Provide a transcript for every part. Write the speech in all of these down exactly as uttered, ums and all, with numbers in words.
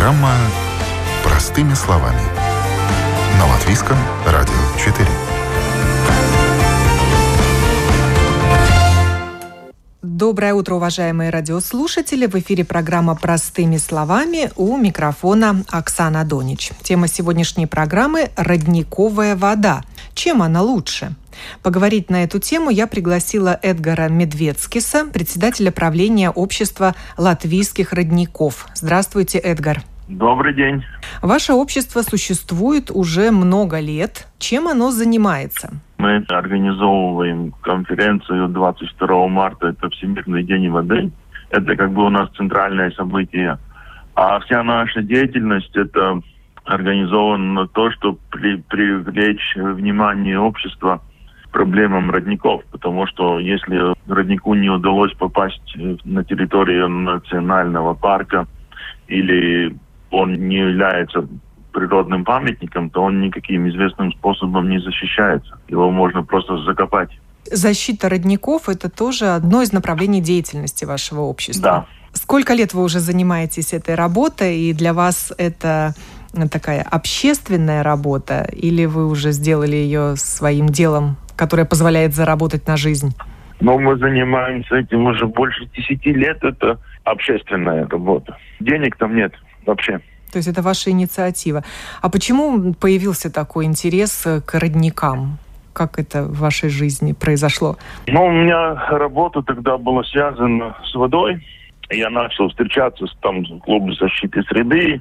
Программа «Простыми словами» на Латвийском радио четыре. Доброе утро, уважаемые радиослушатели. В эфире программа «Простыми словами», у микрофона Оксана Донич. Тема сегодняшней программы – родниковая вода. Чем она лучше? Поговорить на эту тему я пригласила Эдгара Медведскиса, председателя правления общества латвийских родников. Здравствуйте, Эдгар. Добрый день. Ваше общество существует уже много лет. Чем оно занимается? Мы организовываем конференцию двадцать второго марта, это Всемирный день воды. Это как бы у нас центральное событие. А вся наша деятельность, это организовано на то, чтобы при, привлечь внимание общества к проблемам родников. Потому что если роднику не удалось попасть на территорию национального парка или он не является природным памятником, то он никаким известным способом не защищается. Его можно просто закопать. Защита родников – это тоже одно из направлений деятельности вашего общества. Да. Сколько лет вы уже занимаетесь этой работой, и для вас это такая общественная работа, или вы уже сделали ее своим делом, которое позволяет заработать на жизнь? Ну, мы занимаемся этим уже больше десяти лет. Это общественная работа. Денег там нет вообще. То есть это ваша инициатива. А почему появился такой интерес к родникам? Как это в вашей жизни произошло? Ну, у меня работа тогда была связана с водой. Я начал встречаться с там клубом защиты среды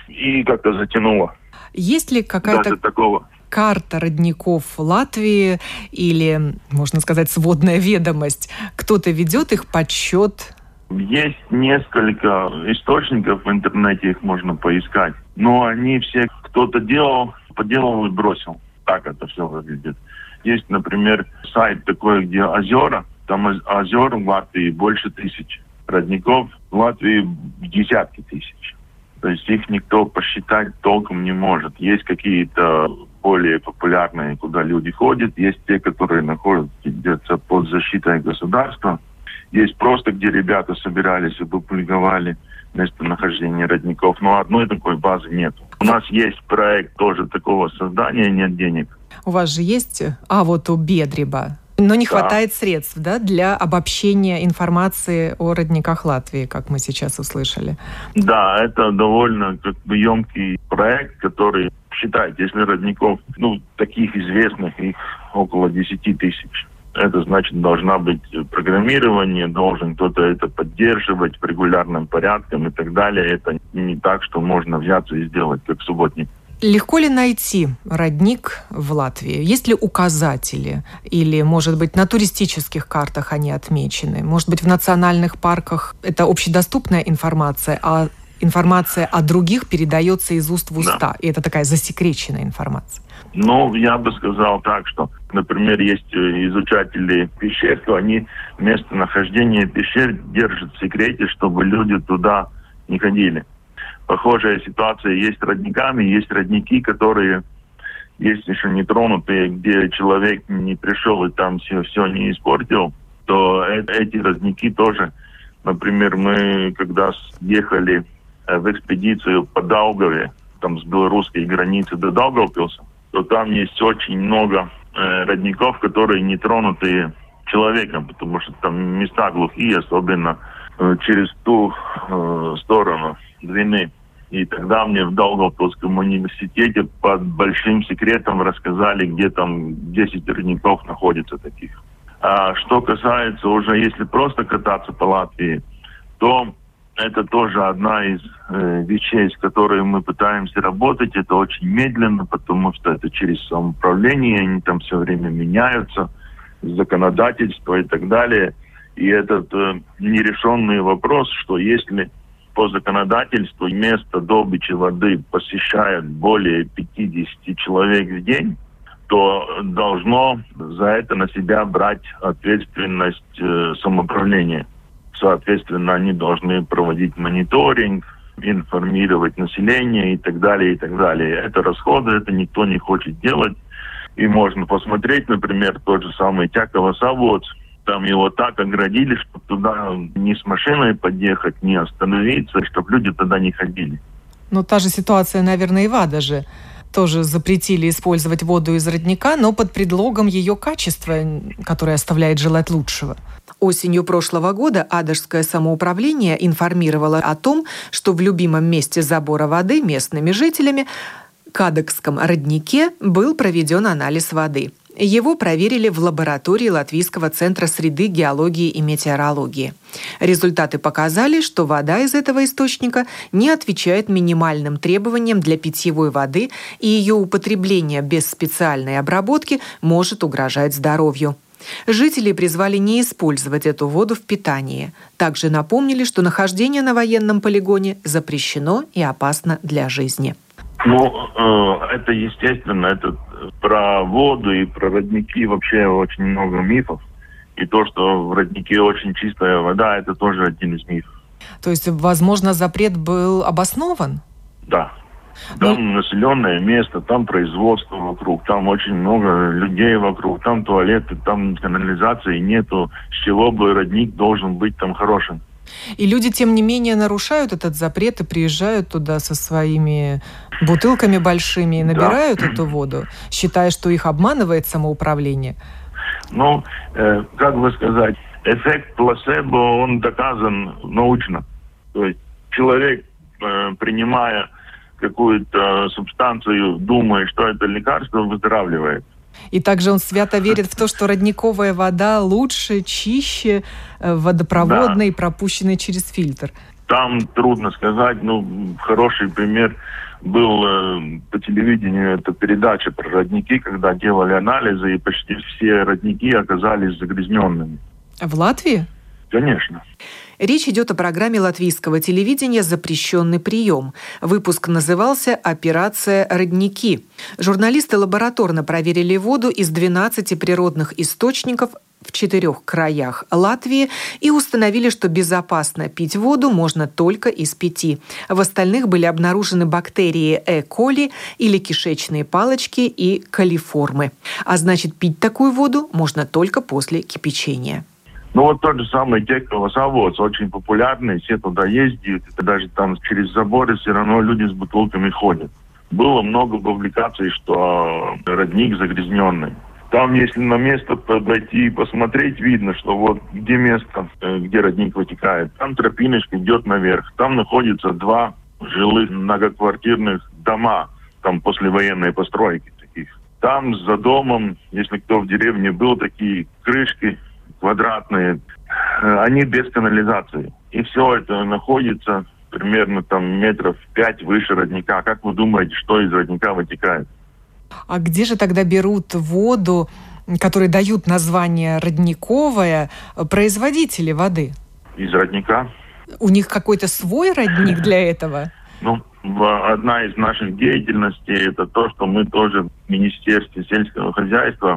и как-то затянуло. Есть ли какая-то Даже такого карта родников Латвии или, можно сказать, сводная ведомость? Кто-то ведет их подсчет? Есть несколько источников в интернете, их можно поискать. Но они все, кто-то делал, поделал и бросил. Так это все выглядит. Есть, например, сайт такой, где озера. Там озер в Латвии больше тысяч. Родников в Латвии десятки тысяч. То есть их никто посчитать толком не может. Есть какие-то более популярные, куда люди ходят. Есть те, которые находятся где-то под защитой государства. Есть просто, где ребята собирались и публиковали местонахождение родников. Но одной такой базы нет. У нас есть проект тоже такого создания, нет денег. У вас же есть, а вот у Бедреба, но не да. хватает средств, да, для обобщения информации о родниках Латвии, как мы сейчас услышали. Да, это довольно как бы емкий проект, который считает, если родников, ну, таких известных, их около десяти тысяч. Это значит, должна быть программирование, должен кто-то это поддерживать в регулярном порядке и так далее. Это не так, что можно взяться и сделать, как субботник. Легко ли найти родник в Латвии? Есть ли указатели? Или, может быть, на туристических картах они отмечены? Может быть, в национальных парках это общедоступная информация, а информация о других передается из уст в уста? Да. И это такая засекреченная информация. Ну, я бы сказал так, что, например, есть изучатели пещер, то они местонахождение пещер держат в секрете, чтобы люди туда не ходили. Похожая ситуация есть с родниками. Есть родники, которые есть еще не тронутые, где человек не пришел и там все, все не испортил, то эти родники тоже. Например, мы когда ехали в экспедицию по Даугаве, там с белорусской границы до Даугавпилса, то там есть очень много э, родников, которые не тронутые человеком, потому что там места глухие, особенно э, через ту э, сторону Двины. И тогда мне в Даугавпилском университете под большим секретом рассказали, где там десять родников находится таких. А что касается уже, если просто кататься по Латвии, то это тоже одна из э, вещей, с которой мы пытаемся работать. Это очень медленно, потому что это через самоуправление, они там все время меняются, законодательство и так далее. И этот э, нерешенный вопрос, что если по законодательству место добычи воды посещает более пятьдесят человек в день, то должно за это на себя брать ответственность э, самоуправления. Соответственно, они должны проводить мониторинг, информировать население и так далее, и так далее. Это расходы, это никто не хочет делать. И можно посмотреть, например, тот же самый Тяково-Савоц. Там его так оградили, чтобы туда ни с машиной подъехать, ни остановиться, чтобы люди туда не ходили. Ну, та же ситуация, наверное, и в Адаже. Тоже запретили использовать воду из родника, но под предлогом ее качества, которое оставляет желать лучшего. Осенью прошлого года Адажское самоуправление информировало о том, что в любимом месте забора воды местными жителями Кадокском роднике был проведен анализ воды. Его проверили в лаборатории Латвийского центра среды, геологии и метеорологии. Результаты показали, что вода из этого источника не отвечает минимальным требованиям для питьевой воды, и ее употребление без специальной обработки может угрожать здоровью. Жители призвали не использовать эту воду в питании. Также напомнили, что нахождение на военном полигоне запрещено и опасно для жизни. Ну, э, это естественно, это про воду и про родники вообще очень много мифов. И то, что в роднике очень чистая вода, это тоже один из мифов. То есть, возможно, запрет был обоснован? Да. Там ну... населенное место, там производство вокруг, там очень много людей вокруг, там туалеты, там канализации нету. С чего бы родник должен быть там хорошим? И люди, тем не менее, нарушают этот запрет и приезжают туда со своими бутылками большими и набирают да. эту воду, считая, что их обманывает самоуправление. Ну, э, как бы сказать, эффект плацебо, он доказан научно. То есть человек, э, принимая какую-то субстанцию, думая, что это лекарство, выздоравливает. И также он свято верит в то, что родниковая вода лучше, чище водопроводной, да. пропущенной через фильтр. Там трудно сказать. Ну, хороший пример был э, по телевидению, это передача про родники, когда делали анализы, и почти все родники оказались загрязненными. В Латвии? Конечно. Речь идет о программе латвийского телевидения «Запрещенный прием». Выпуск назывался «Операция «Родники». Журналисты лабораторно проверили воду из двенадцати природных источников в четырех краях Латвии и установили, что безопасно пить воду можно только из пяти. В остальных были обнаружены бактерии Э. коли или кишечные палочки и колиформы. А значит, пить такую воду можно только после кипячения. Ну вот тот же самый Текова-завод, очень популярный, все туда ездят, даже там через заборы все равно люди с бутылками ходят. Было много публикаций, что родник загрязненный. Там, если на место подойти и посмотреть, видно, что вот где место, где родник вытекает, там тропиночка идет наверх. Там находятся два жилых многоквартирных дома, там послевоенные постройки таких. Там за домом, если кто в деревне был, такие крышки квадратные, они без канализации. И все это находится примерно там метров пять выше родника. Как вы думаете, что из родника вытекает? А где же тогда берут воду, которые дают название родниковая, производители воды? Из родника. У них какой-то свой родник для этого? Ну, одна из наших деятельностей это то, что мы тоже в Министерстве сельского хозяйства,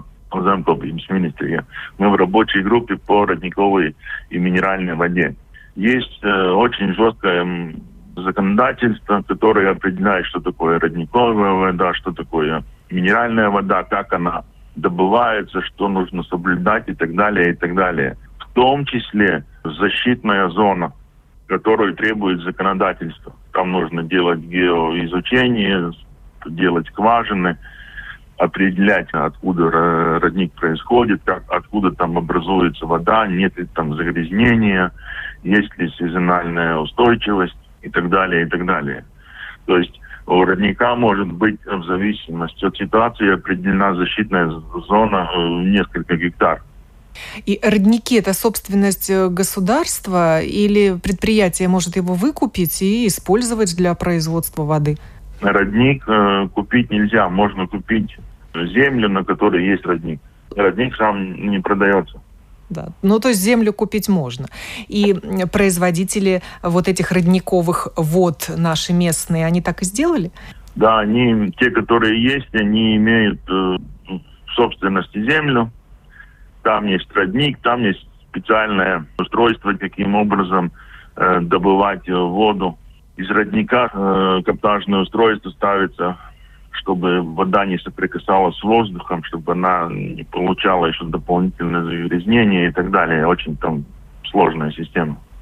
мы в рабочей группе по родниковой и минеральной воде. Есть э, очень жесткое законодательство, которое определяет, что такое родниковая вода, что такое минеральная вода, как она добывается, что нужно соблюдать и так далее, и так далее. В том числе защитная зона, которую требует законодательство. Там нужно делать геоизучение, делать скважины, определять, откуда родник происходит, как, откуда там образуется вода, нет ли там загрязнения, есть ли сезональная устойчивость и так далее, и так далее. То есть у родника может быть в зависимости от ситуации определена защитная зона в несколько гектар. И родники – это собственность государства или предприятие может его выкупить и использовать для производства воды? Родник э, купить нельзя. Можно купить землю, на которой есть родник. Родник сам не продается. Да. Ну, то есть землю купить можно. И производители вот этих родниковых вод, наши местные, они так и сделали? Да, они, те, которые есть, они имеют э, в собственности землю. Там есть родник, там есть специальное устройство, каким образом э, добывать воду. Из родника э, каптажное устройство ставится, чтобы вода не соприкасалась с воздухом, чтобы она не получала еще дополнительное загрязнение и так далее. Очень там сложная система.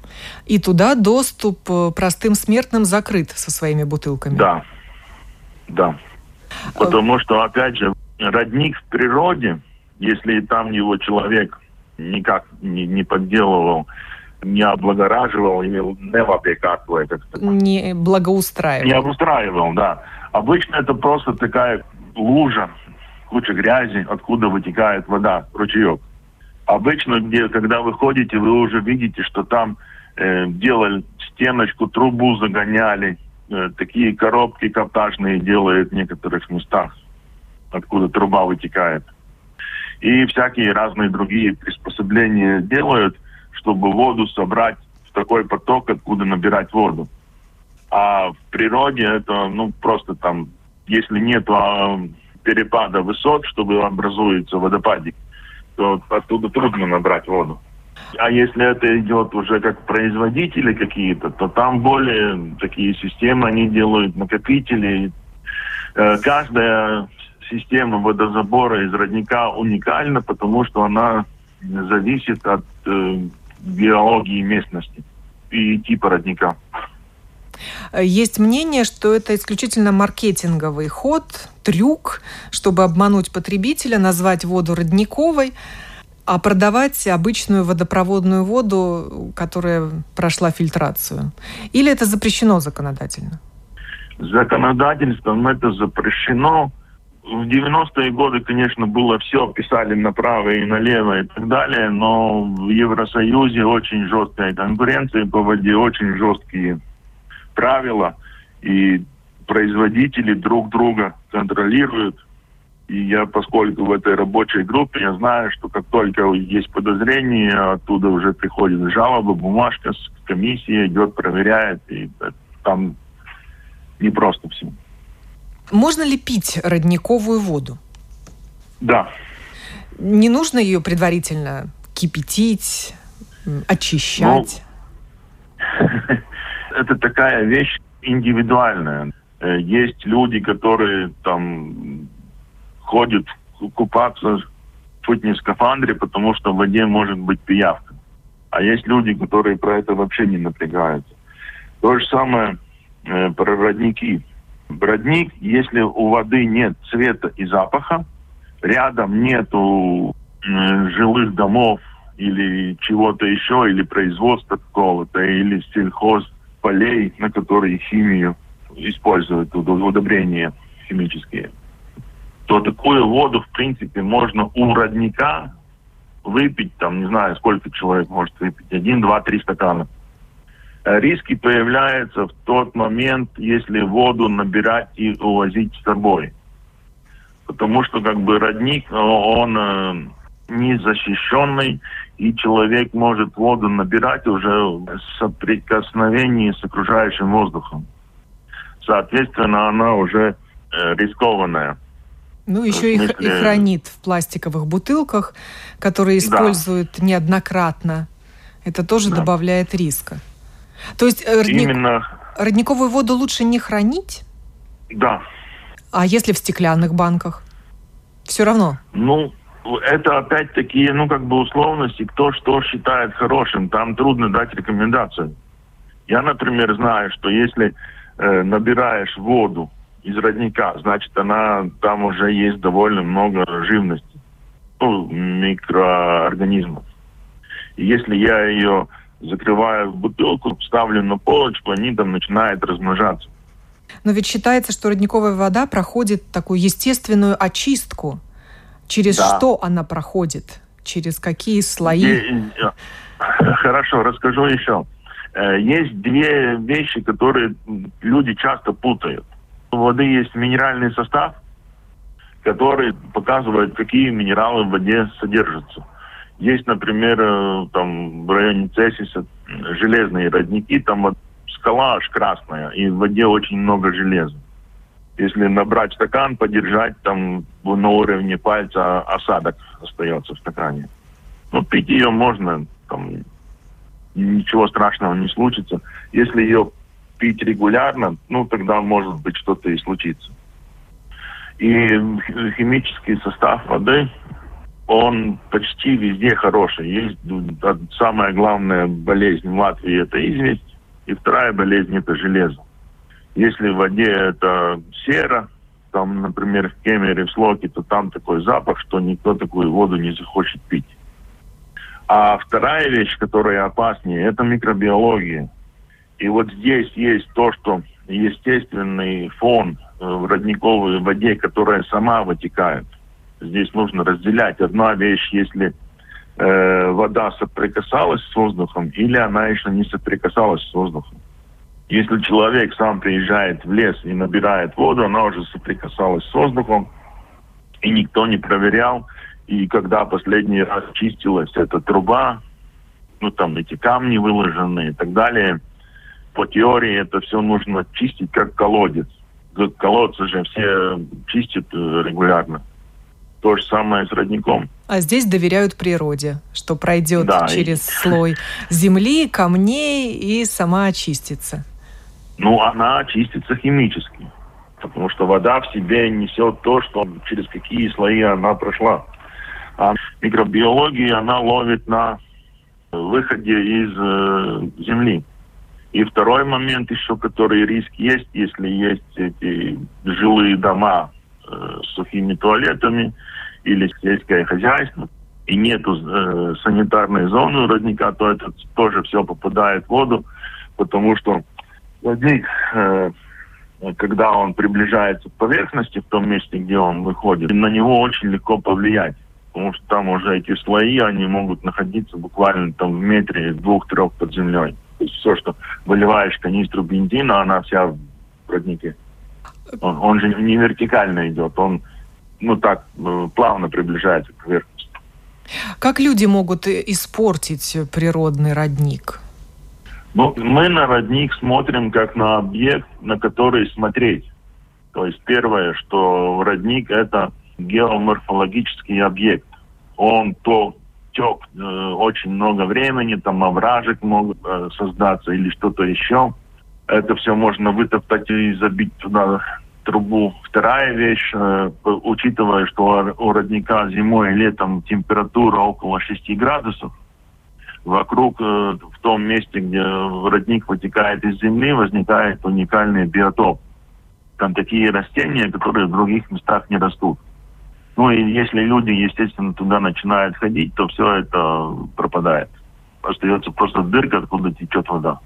И туда доступ простым смертным закрыт со своими бутылками. Да, да. Потому что, опять же, родник в природе, если там его человек никак не, не подделывал, не облагораживал или не вопекатывал, как-то. Не благоустраивал. Не обустраивал, да. Обычно это просто такая лужа, куча грязи, откуда вытекает вода, ручеек. Обычно, где, когда вы ходите, вы уже видите, что там э, делали стеночку, трубу загоняли, э, такие коробки каптажные делают в некоторых местах, откуда труба вытекает. И всякие разные другие приспособления делают, чтобы воду собрать в такой поток, откуда набирать воду. А в природе это, ну, просто там, если нет а, перепада высот, чтобы образуется водопадик, то оттуда трудно набрать воду. А если это идет уже как производители какие-то, то там более такие системы, они делают накопители. Э, каждая система водозабора из родника уникальна, потому что она зависит от э, геологии местности и типа родника. Есть мнение, что это исключительно маркетинговый ход, трюк, чтобы обмануть потребителя, назвать воду родниковой, а продавать обычную водопроводную воду, которая прошла фильтрацию. Или это запрещено законодательно? Законодательством это запрещено. В девяностые годы, конечно, было все, писали направо и налево и так далее, но в Евросоюзе очень жесткая конкуренция по воде, очень жесткие правила, и производители друг друга контролируют. И я, поскольку в этой рабочей группе, я знаю, что как только есть подозрение, оттуда уже приходит жалоба, бумажка, комиссия идет, проверяет, и там не просто все. Можно ли пить родниковую воду? Да. Не нужно ее предварительно кипятить, очищать? Ну, это такая вещь индивидуальная. Есть люди, которые там ходят купаться в фитнес-скафандре, потому что в воде может быть пиявка. А есть люди, которые про это вообще не напрягаются. То же самое э, про родники. Родник, если у воды нет цвета и запаха, рядом нету э, жилых домов или чего-то еще, или производства какого-то, или сельхозполей, на которые химию используют, удобрения химические, то такую воду, в принципе, можно у родника выпить, там, не знаю, сколько человек может выпить, один, два, три стакана. Риски появляются в тот момент, если воду набирать и увозить с собой. Потому что, как бы, родник, он э, не защищенный, и человек может воду набирать уже в соприкосновении с окружающим воздухом. Соответственно, она уже э, рискованная. Ну, еще их смысле... и хранит в пластиковых бутылках, которые используют да. неоднократно. Это тоже да. добавляет риска. То есть родник... Именно... родниковую воду лучше не хранить? Да. А если в стеклянных банках? Все равно? Ну, это опять-таки, ну, как бы условности, кто что считает хорошим. Там трудно дать рекомендацию. Я, например, знаю, что если э, набираешь воду из родника, значит, она там уже есть довольно много живности, ну, микроорганизмов. И если я ее закрываю в бутылку, ставлю на полочку, они там начинают размножаться. Но ведь считается, что родниковая вода проходит такую естественную очистку. Через да. что она проходит? Через какие слои? Хорошо, расскажу еще. Есть две вещи, которые люди часто путают. У воды есть минеральный состав, который показывает, какие минералы в воде содержатся. Есть, например, там в районе Цесиса железные родники, там вот скала аж красная, и в воде очень много железа. Если набрать стакан, подержать, там на уровне пальца осадок остается в стакане. Ну, пить ее можно, там ничего страшного не случится. Если ее пить регулярно, ну, тогда может быть что-то и случится. И химический состав воды он почти везде хороший. Есть самая главная болезнь в Латвии – это известь, и вторая болезнь – это железо. Если в воде это сера, там, например, в Кемере, в Слоке, то там такой запах, что никто такую воду не захочет пить. А вторая вещь, которая опаснее, это микробиология. И вот здесь есть то, что естественный фон в родниковой воде, которая сама вытекает. Здесь нужно разделять. Одна вещь, если э, вода соприкасалась с воздухом, или она еще не соприкасалась с воздухом. Если человек сам приезжает в лес и набирает воду, она уже соприкасалась с воздухом, и никто не проверял. И когда последний раз чистилась эта труба, ну там эти камни выложенные и так далее, по теории это все нужно чистить как колодец. Колодцы же все чистят регулярно. То же самое с родником. А здесь доверяют природе, что пройдет да, через и... слой земли, камней и сама очистится. Ну, она очистится химически, потому что вода в себе несет то, что через какие слои она прошла. А микробиология, она ловит на выходе из э, земли. И второй момент еще, который риск есть, если есть эти жилые дома э, с сухими туалетами или сельское хозяйство, и нету э, санитарной зоны у родника, то это тоже все попадает в воду, потому что родник, э, когда он приближается к поверхности, в том месте, где он выходит, на него очень легко повлиять. Потому что там уже эти слои, они могут находиться буквально там в метре двух-трех под землей. То есть все, что выливаешь в канистру бензина, она вся в роднике. Он, он же не вертикально идет, он, ну так, плавно приближается к поверхности. Как люди могут испортить природный родник? Ну, мы на родник смотрим как на объект, на который смотреть. То есть первое, что родник – это геоморфологический объект. Он то тек э, очень много времени, там овражек могут э, создаться или что-то еще. Это все можно вытоптать и забить туда трубу. Вторая вещь, э, учитывая, что у родника зимой и летом температура около шести градусов, вокруг, э, в том месте, где родник вытекает из земли, возникает уникальный биотоп. Там такие растения, которые в других местах не растут. Ну и если люди, естественно, туда начинают ходить, то все это пропадает. Остается просто дырка, откуда течет вода.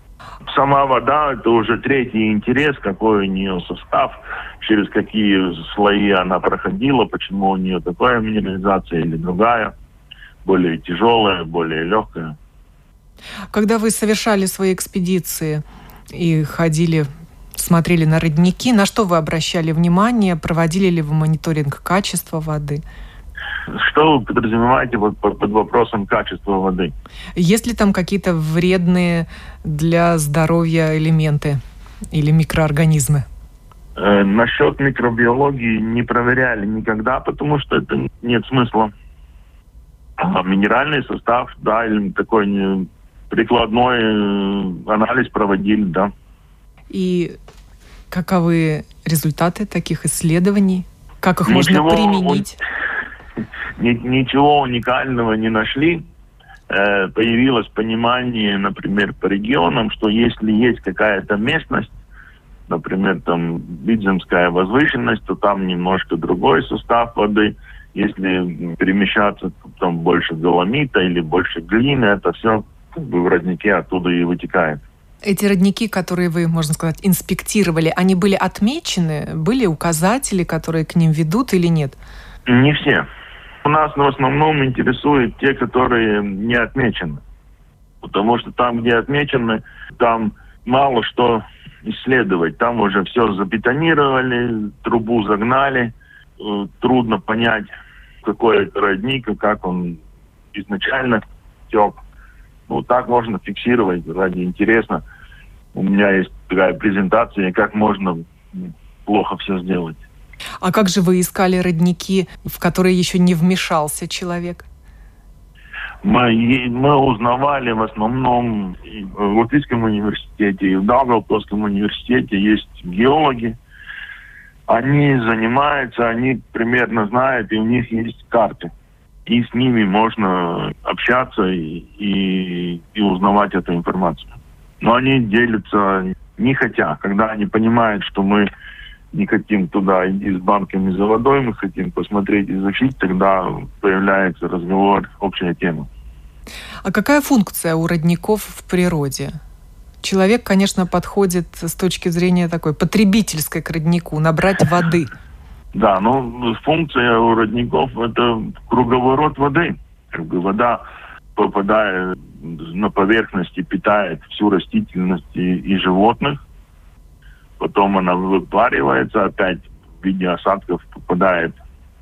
Сама вода – это уже третий интерес, какой у нее состав, через какие слои она проходила, почему у нее такая минерализация или другая, более тяжелая, более легкая. Когда вы совершали свои экспедиции и ходили, смотрели на родники, на что вы обращали внимание? Проводили ли вы мониторинг качества воды? Что вы подразумеваете под, под вопросом качества воды? Есть ли там какие-то вредные для здоровья элементы или микроорганизмы? Э, насчет микробиологии не проверяли никогда, потому что это нет смысла. А минеральный состав, да, или такой не, прикладной анализ проводили, да. И каковы результаты таких исследований? Как их ничего, можно применить? Ничего уникального не нашли. Э, появилось понимание, например, по регионам, что если есть какая-то местность, например, там Видземская возвышенность, то там немножко другой состав воды. Если перемещаться, там больше доломита или больше глины, это все как бы в роднике оттуда и вытекает. Эти родники, которые вы, можно сказать, инспектировали, они были отмечены? Были указатели, которые к ним ведут или нет? Не все. У нас в основном интересуют те, которые не отмечены. Потому что там, где отмечены, там мало что исследовать. Там уже все забетонировали, трубу загнали. Трудно понять, какой это родник и как он изначально тек. Ну, так можно фиксировать ради интересно. У меня есть такая презентация, как можно плохо все сделать. А как же вы искали родники, в которые еще не вмешался человек? Мы, мы узнавали в основном и в Латвийском университете, и в Даугавпилском университете есть геологи. Они занимаются, они примерно знают, и у них есть карты. и с ними можно общаться и, и, и узнавать эту информацию. Но они делятся не хотя. Когда они понимают, что мы не хотим туда идти с банками за водой, мы хотим посмотреть, изучить, тогда появляется разговор, общая тема. А какая функция у родников в природе? Человек, конечно, подходит с точки зрения такой потребительской к роднику, набрать воды. Да, но функция у родников – это круговорот воды. Как бы вода, попадая на поверхность, и питает всю растительность и, и животных. Потом она выпаривается, опять в виде осадков попадает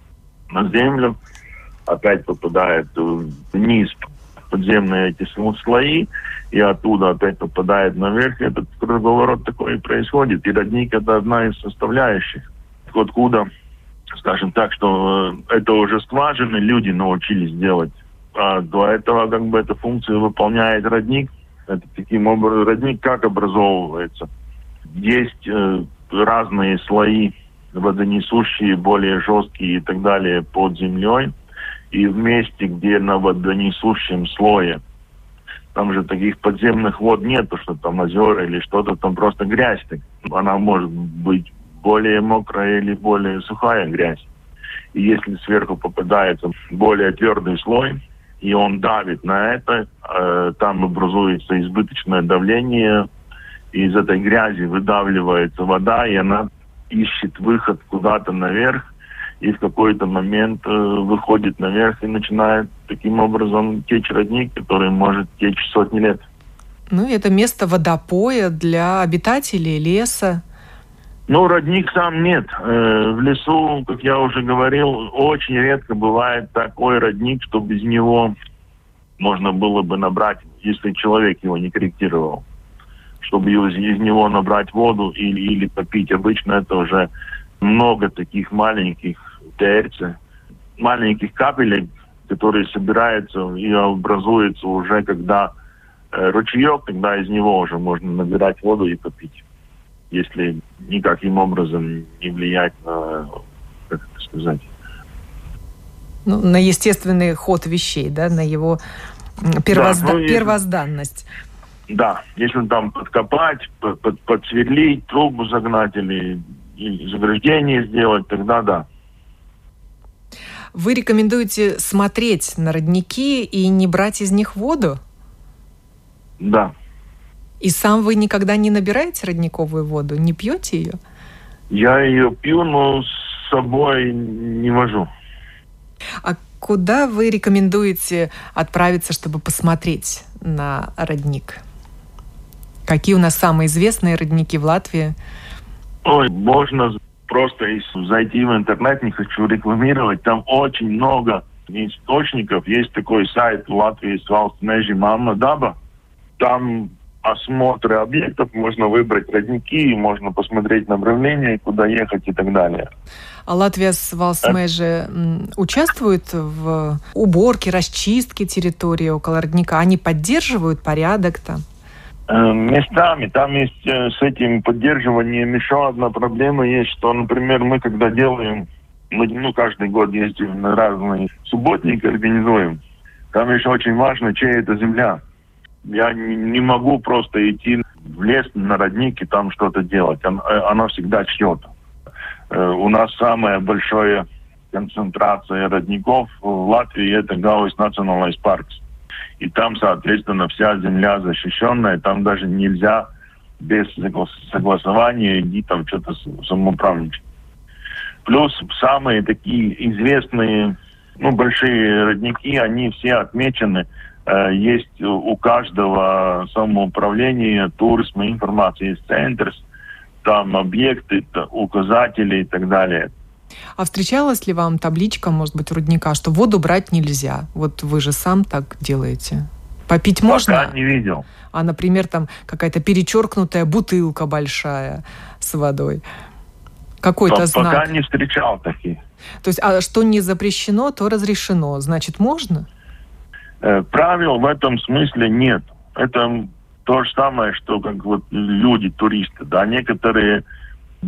на землю, опять попадает вниз подземные эти слои, и оттуда опять попадает наверх. Этот круговорот такой и происходит. И родник – это одна из составляющих. Откуда, скажем так, что это уже скважины люди научились делать. А до этого как бы эту функцию выполняет родник. Это таким образом родник как образовывается. Есть э, разные слои водонесущие, более жесткие и так далее под землей. И в месте, где на водонесущем слое, там же таких подземных вод нету, что там озера или что-то, там просто грязь. Она может быть более мокрая или более сухая грязь. И если сверху попадается более твердый слой, и он давит на это, э, там образуется избыточное давление, и из этой грязи выдавливается вода, и она ищет выход куда-то наверх, и в какой-то момент э, выходит наверх и начинает таким образом течь родник, который может течь сотни лет. Ну, это место водопоя для обитателей леса. Ну, родник сам нет. Э, в лесу, как я уже говорил, очень редко бывает такой родник, что без него можно было бы набрать, если человек его не корректировал, чтобы из, из него набрать воду или, или попить. Обычно это уже много таких маленьких терций, маленьких капелек, которые собираются и образуются уже, когда э, ручеек, тогда из него уже можно набирать воду и попить, если никаким образом не влиять на, как это сказать... Ну, на естественный ход вещей, да, на его первозда... да, ну, если... первозданность. Да, если там подкопать, под, под, подсверлить, трубу загнать или, или заграждение сделать, тогда да. Вы рекомендуете смотреть на родники и не брать из них воду? Да. И сам вы никогда не набираете родниковую воду, не пьете ее? Я ее пью, но с собой не вожу. А куда вы рекомендуете отправиться, чтобы посмотреть на родник? Какие у нас самые известные родники в Латвии? Ой, можно просто зайти в интернет, не хочу рекламировать. Там очень много источников. Есть такой сайт в Латвии Valsts meži Mamma daba. Там осмотры объектов, можно выбрать родники, можно посмотреть направление, куда ехать и так далее. А Латвия с Valsts meži участвует в уборке, расчистке территории около родника? Они поддерживают порядок там? Местами. Там есть с этим поддерживанием еще одна проблема есть, что, например, мы когда делаем, мы ну, каждый год ездим на разные субботники, организуем. Там еще очень важно, чья это земля. Я не, не могу просто идти в лес на родник и там что-то делать. Оно, оно всегда чье-то. У нас самая большая концентрация родников в Латвии – это Gaujas Nacionālais parks. И там, соответственно, вся земля защищенная, там даже нельзя без согласования идти там что-то самоуправничать. Плюс самые такие известные, ну, большие родники, они все отмечены. Есть у каждого самоуправления, туризма, информации, есть центр, там объекты, указатели и так далее. А встречалась ли вам табличка, может быть, у родника, что воду брать нельзя? Вот вы же сам так делаете. Попить можно? Пока не видел. А, например, там какая-то перечеркнутая бутылка большая с водой. Какой-то Пока знак. Пока не встречал таких. То есть, а что не запрещено, то разрешено. Значит, можно? Э, правил в этом смысле нет. Это то же самое, что как вот люди, туристы, да, некоторые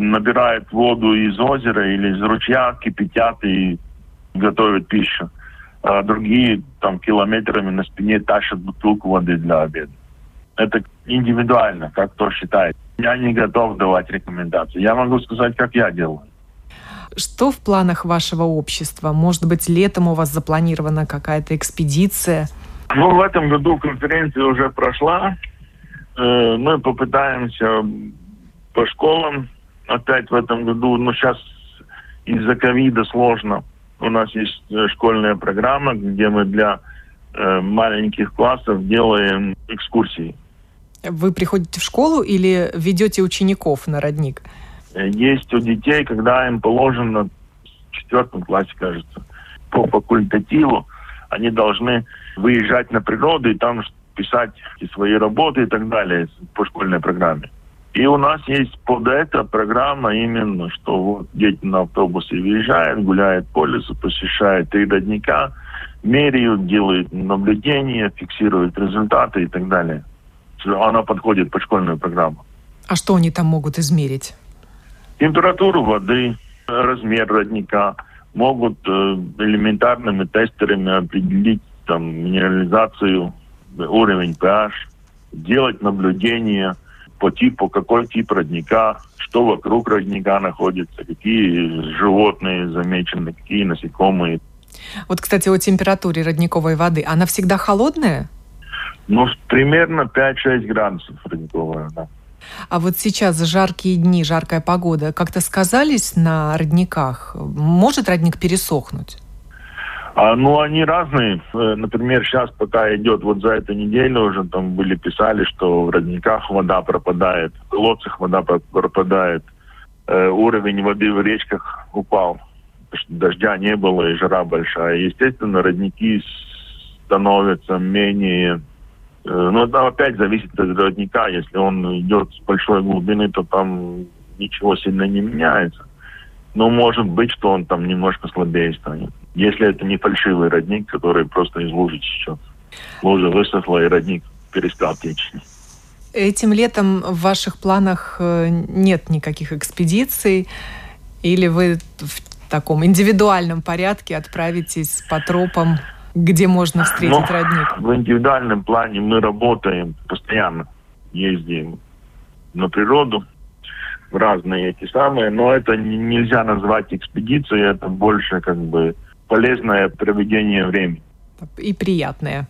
набирают воду из озера или из ручья, кипятят и готовят пищу. а другие там километрами на спине тащат бутылку воды для обеда. Это индивидуально, как кто считает. Я не готов давать рекомендации. Я могу сказать, как я делаю. Что в планах вашего общества? Может быть, летом у вас запланирована какая-то экспедиция? Ну, в этом году конференция уже прошла. Мы попытаемся по школам опять в этом году. Но сейчас из-за ковида сложно. У нас есть школьная программа, где мы для маленьких классов делаем экскурсии. Вы приходите в школу или ведете учеников на родник? Есть у детей, когда им положено в четвертом классе, кажется, по факультативу, они должны выезжать на природу и там писать свои работы и так далее по школьной программе. И у нас есть под это программа именно, что вот дети на автобусе выезжают, гуляют по лесу, посещают три родника, меряют, делают наблюдения, фиксируют результаты и так далее. Она подходит под школьную программу. А что они там могут измерить? Температуру воды, размер родника. Могут э, элементарными тестерами определить там минерализацию, уровень pH, делать наблюдения по типу, какой тип родника, что вокруг родника находится, какие животные замечены, какие насекомые. Вот, кстати, о температуре родниковой воды. Она всегда холодная? Ну, примерно пять-шесть градусов родниковая, да. А вот сейчас жаркие дни, жаркая погода как-то сказались на родниках? Может родник пересохнуть? А, ну, они разные. Например, сейчас пока идет, вот за эту неделю уже там были, писали, что в родниках вода пропадает, в колодцах вода пропадает, э, уровень воды в речках упал, потому что дождя не было и жара большая. Естественно, родники становятся менее... Но это опять зависит от родника. Если он идет с большой глубины, то там ничего сильно не меняется. Но может быть, что он там немножко слабее станет. Если это не фальшивый родник, который просто из лужи течет. Лужа высохла, и родник перестал течь. Этим летом в ваших планах нет никаких экспедиций? Или вы в таком индивидуальном порядке отправитесь по тропам, где можно встретить Но родник? В индивидуальном плане мы работаем постоянно. Ездим на природу, в разные эти самые, но это нельзя назвать экспедицией, это больше как бы полезное проведение времени. И приятное.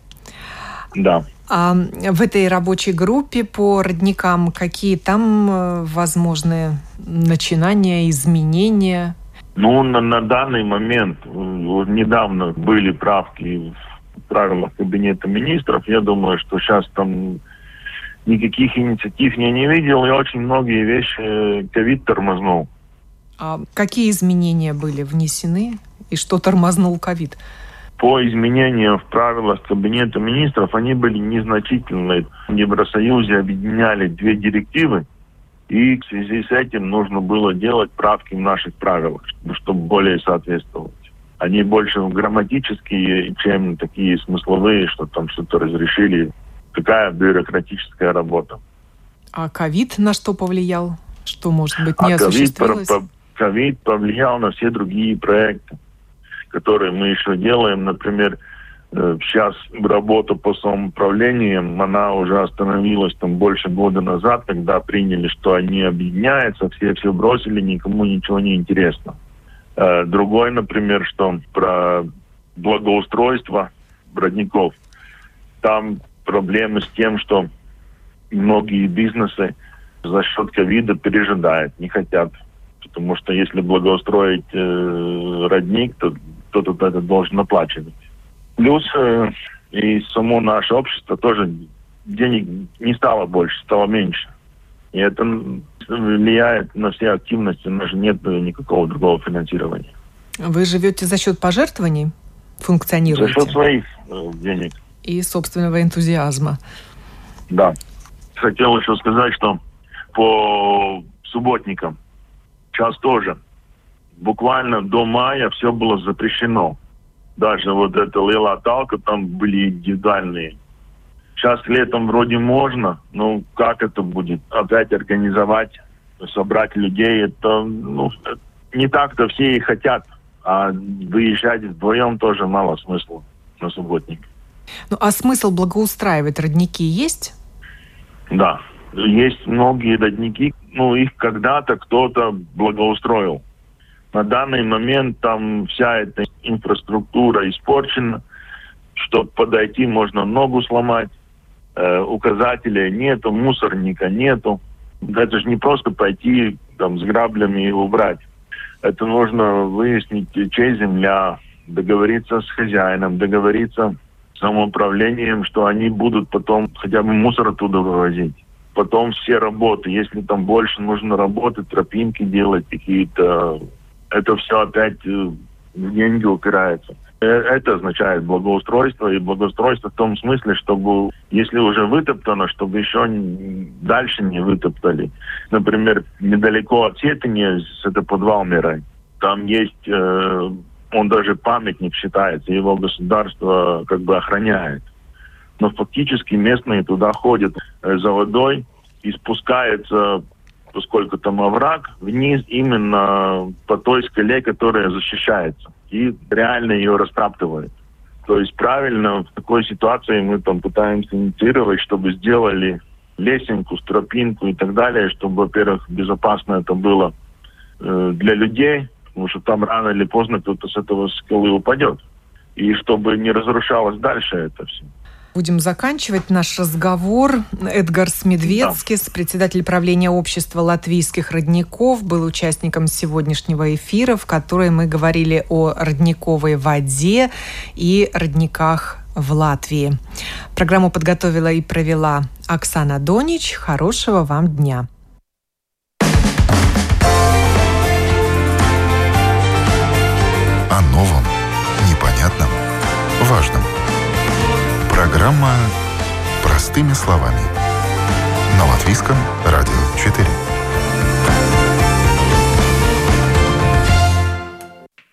Да. А в этой рабочей группе по родникам какие там возможны начинания, изменения? Ну, на, на данный момент, вот недавно были правки в правилах Кабинета министров. Я думаю, что сейчас там никаких инициатив я не видел, и очень многие вещи ковид тормознул. А какие изменения были внесены, и что тормознул ковид? По изменениям в правилах Кабинета министров они были незначительные. В Евросоюзе объединяли две директивы, и в связи с этим нужно было делать правки в наших правилах, чтобы более соответствовать. Они больше грамматические, чем такие смысловые, что там что-то разрешили. Такая бюрократическая работа. А ковид на что повлиял? Что, может быть, не а осуществилось? Ковид повлиял на все другие проекты, которые мы еще делаем. Например, сейчас работа по самоуправлениям, она уже остановилась там больше года назад, когда приняли, что они объединяются, все все бросили, никому ничего не интересно. Другой, например, что про благоустройство родников. Там проблемы с тем, что многие бизнесы за счет ковида пережидают, не хотят. Потому что если благоустроить э, родник, то кто-то это должен оплачивать. Плюс э, и само наше общество тоже денег не стало больше, стало меньше. И это влияет на все активности, у нас же нет никакого другого финансирования. Вы живете за счет пожертвований? Функционируете? За счет своих э, денег. И собственного энтузиазма. Да. Хотел еще сказать, что по субботникам сейчас тоже буквально до мая все было запрещено. Даже вот эта лелаталка, там были индивидуальные. Сейчас летом вроде можно, но как это будет? Опять организовать, собрать людей, это ну, не так-то все и хотят. А выезжать вдвоем тоже мало смысла на субботник. Ну, а смысл благоустраивать родники есть? Да. Есть многие родники, ну, их когда-то кто-то благоустроил. На данный момент там вся эта инфраструктура испорчена. Чтобы подойти, можно ногу сломать. Э, указателя нету, мусорника нету. Это же не просто пойти там с граблями и убрать. Это нужно выяснить, чья земля, договориться с хозяином, договориться с самоуправлением, что они будут потом хотя бы мусор оттуда вывозить. Потом все работы, если там больше нужно работать, тропинки делать какие-то, это все опять в деньги упирается. Это означает благоустройство, и благоустройство в том смысле, чтобы, если уже вытоптано, чтобы еще дальше не вытоптали. Например, недалеко от Сетени, это подвал Мирай, там есть, э, он даже памятник считается, его государство как бы охраняет. Но фактически местные туда ходят за водой и спускаются, поскольку там овраг, вниз именно по той скале, которая защищается. И реально ее растаптывают. То есть правильно в такой ситуации мы там пытаемся инициировать, чтобы сделали лесенку, тропинку и так далее, чтобы, во-первых, безопасно это было э, для людей, потому что там рано или поздно кто-то с этого скалы упадет. И чтобы не разрушалось дальше это все. Будем заканчивать наш разговор. Эдгарс Медведскис, да. председатель правления общества латвийских родников, был участником сегодняшнего эфира, в котором мы говорили о родниковой воде и родниках в Латвии. Программу подготовила и провела Оксана Донич. Хорошего вам дня. О новом, непонятном, важном. Программа «Простыми словами» на Латвийском радио четыре.